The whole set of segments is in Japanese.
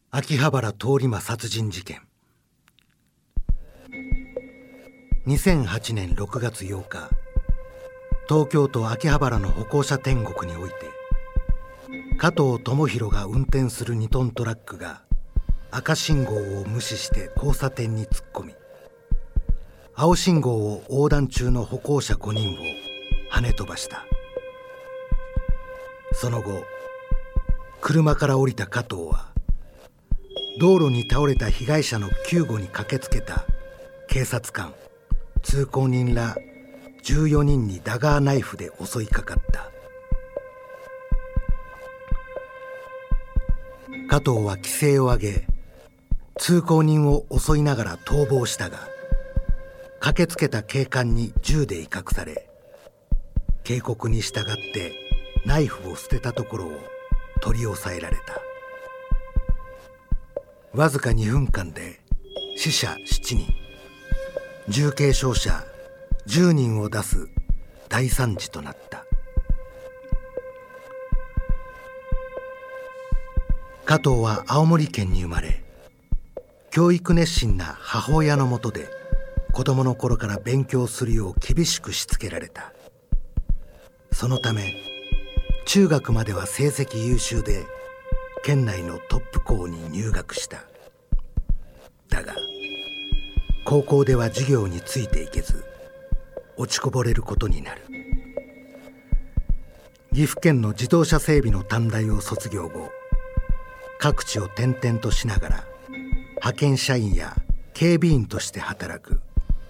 秋葉原通り魔殺人事件。2008年6月8日、東京都秋葉原の歩行者天国において、加藤智弘が運転する2トントラックが赤信号を無視して交差点に突っ込み、青信号を横断中の歩行者5人を跳ね飛ばした。その後、車から降りた加藤は道路に倒れた被害者の救護に駆けつけた警察官、通行人ら14人にダガーナイフで襲いかかった。加藤は奇声を上げ、通行人を襲いながら逃亡したが、駆けつけた警官に銃で威嚇され、警告に従ってナイフを捨てたところを取り押さえられた。わずか2分間で死者7人、重軽傷者10人を出す大惨事となった。加藤は青森県に生まれ、教育熱心な母親のもとで子供の頃から勉強するよう厳しくしつけられた。そのため中学までは成績優秀で県内のトップ校に入学した。だが高校では授業についていけず落ちこぼれることになる。岐阜県の自動車整備の短大を卒業後、各地を転々としながら派遣社員や警備員として働く。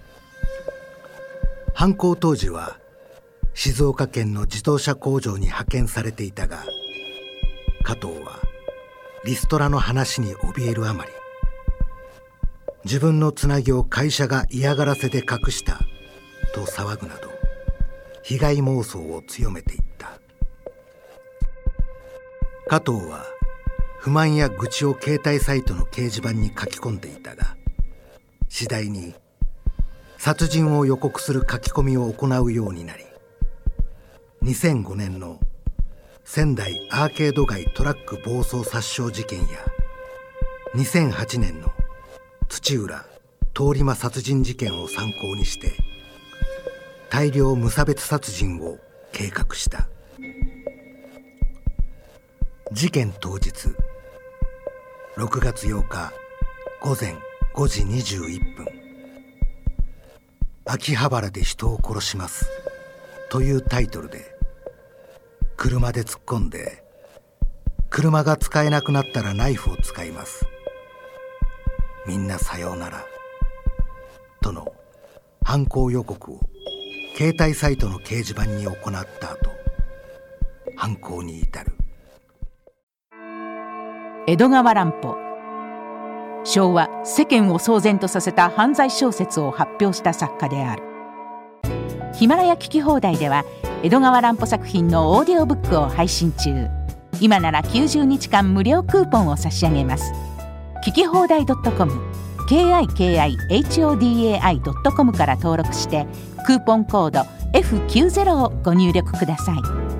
犯行当時は静岡県の自動車工場に派遣されていたが、加藤はリストラの話に怯えるあまり、自分のつなぎを会社が嫌がらせで隠したと騒ぐなど、被害妄想を強めていった。加藤は不満や愚痴を携帯サイトの掲示板に書き込んでいたが、次第に殺人を予告する書き込みを行うようになり、2005年の仙台アーケード街トラック暴走殺傷事件や2008年の土浦通り魔殺人事件を参考にして大量無差別殺人を計画した。事件当日6月8日午前5時21分、秋葉原で人を殺しますというタイトルで車で突っ込んで、車が使えなくなったらナイフを使います、みんなさようならとの犯行予告を携帯サイトの掲示板に行った後、犯行に至る。 江戸川乱歩。昭和、世間を騒然とさせた犯罪小説を発表した作家である。ヒマラヤ聞き放題では江戸川乱歩作品のオーディオブックを配信中。今なら90日間無料クーポンを差し上げます。聞き放題 .com、 kikihodai.com から登録してクーポンコード F90 をご入力ください。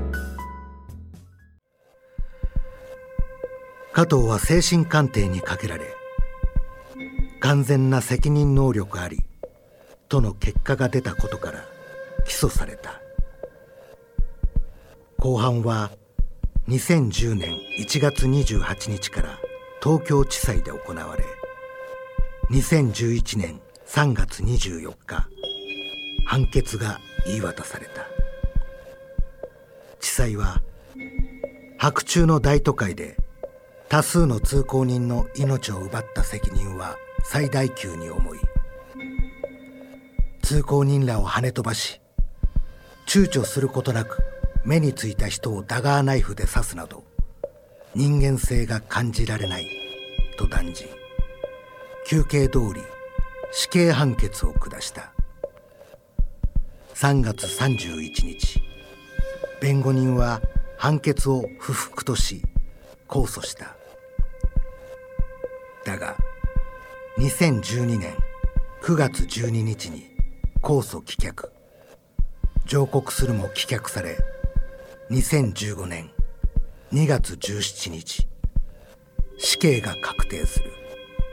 加藤は精神鑑定にかけられ、完全な責任能力ありとの結果が出たことから起訴された。公判は2010年1月28日から東京地裁で行われ、2011年3月24日判決が言い渡された。地裁は白昼の大都会で多数の通行人の命を奪った責任は最大級に重い。通行人らを跳ね飛ばし、躊躇することなく目についた人をダガーナイフで刺すなど人間性が感じられないと断じ、求刑通り死刑判決を下した。3月31日、弁護人は判決を不服とし控訴した。だが2012年9月12日に控訴棄却、上告するも棄却され、2015年2月17日死刑が確定する。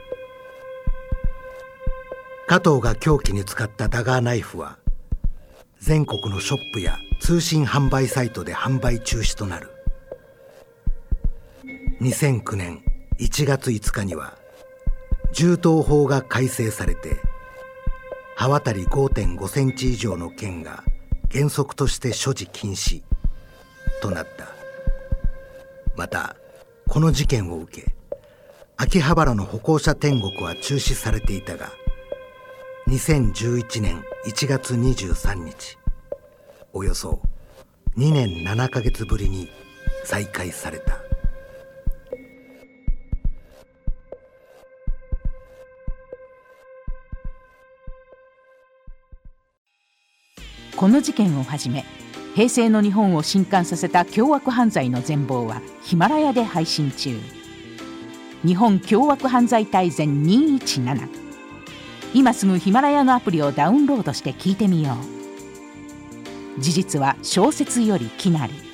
加藤が凶器に使ったダガーナイフは全国のショップや通信販売サイトで販売中止となる。2009年1月5日には銃刀法が改正されて、刃渡り 5.5 センチ以上の剣が原則として所持禁止となった。またこの事件を受け、秋葉原の歩行者天国は中止されていたが、2011年1月23日、およそ2年7ヶ月ぶりに再開された。 この事件をはじめ、平成の日本を震撼させた凶悪犯罪の全貌はヒマラヤで配信中。日本凶悪犯罪大全217。今すぐヒマラヤのアプリをダウンロードして聞いてみよう。事実は小説より奇なり。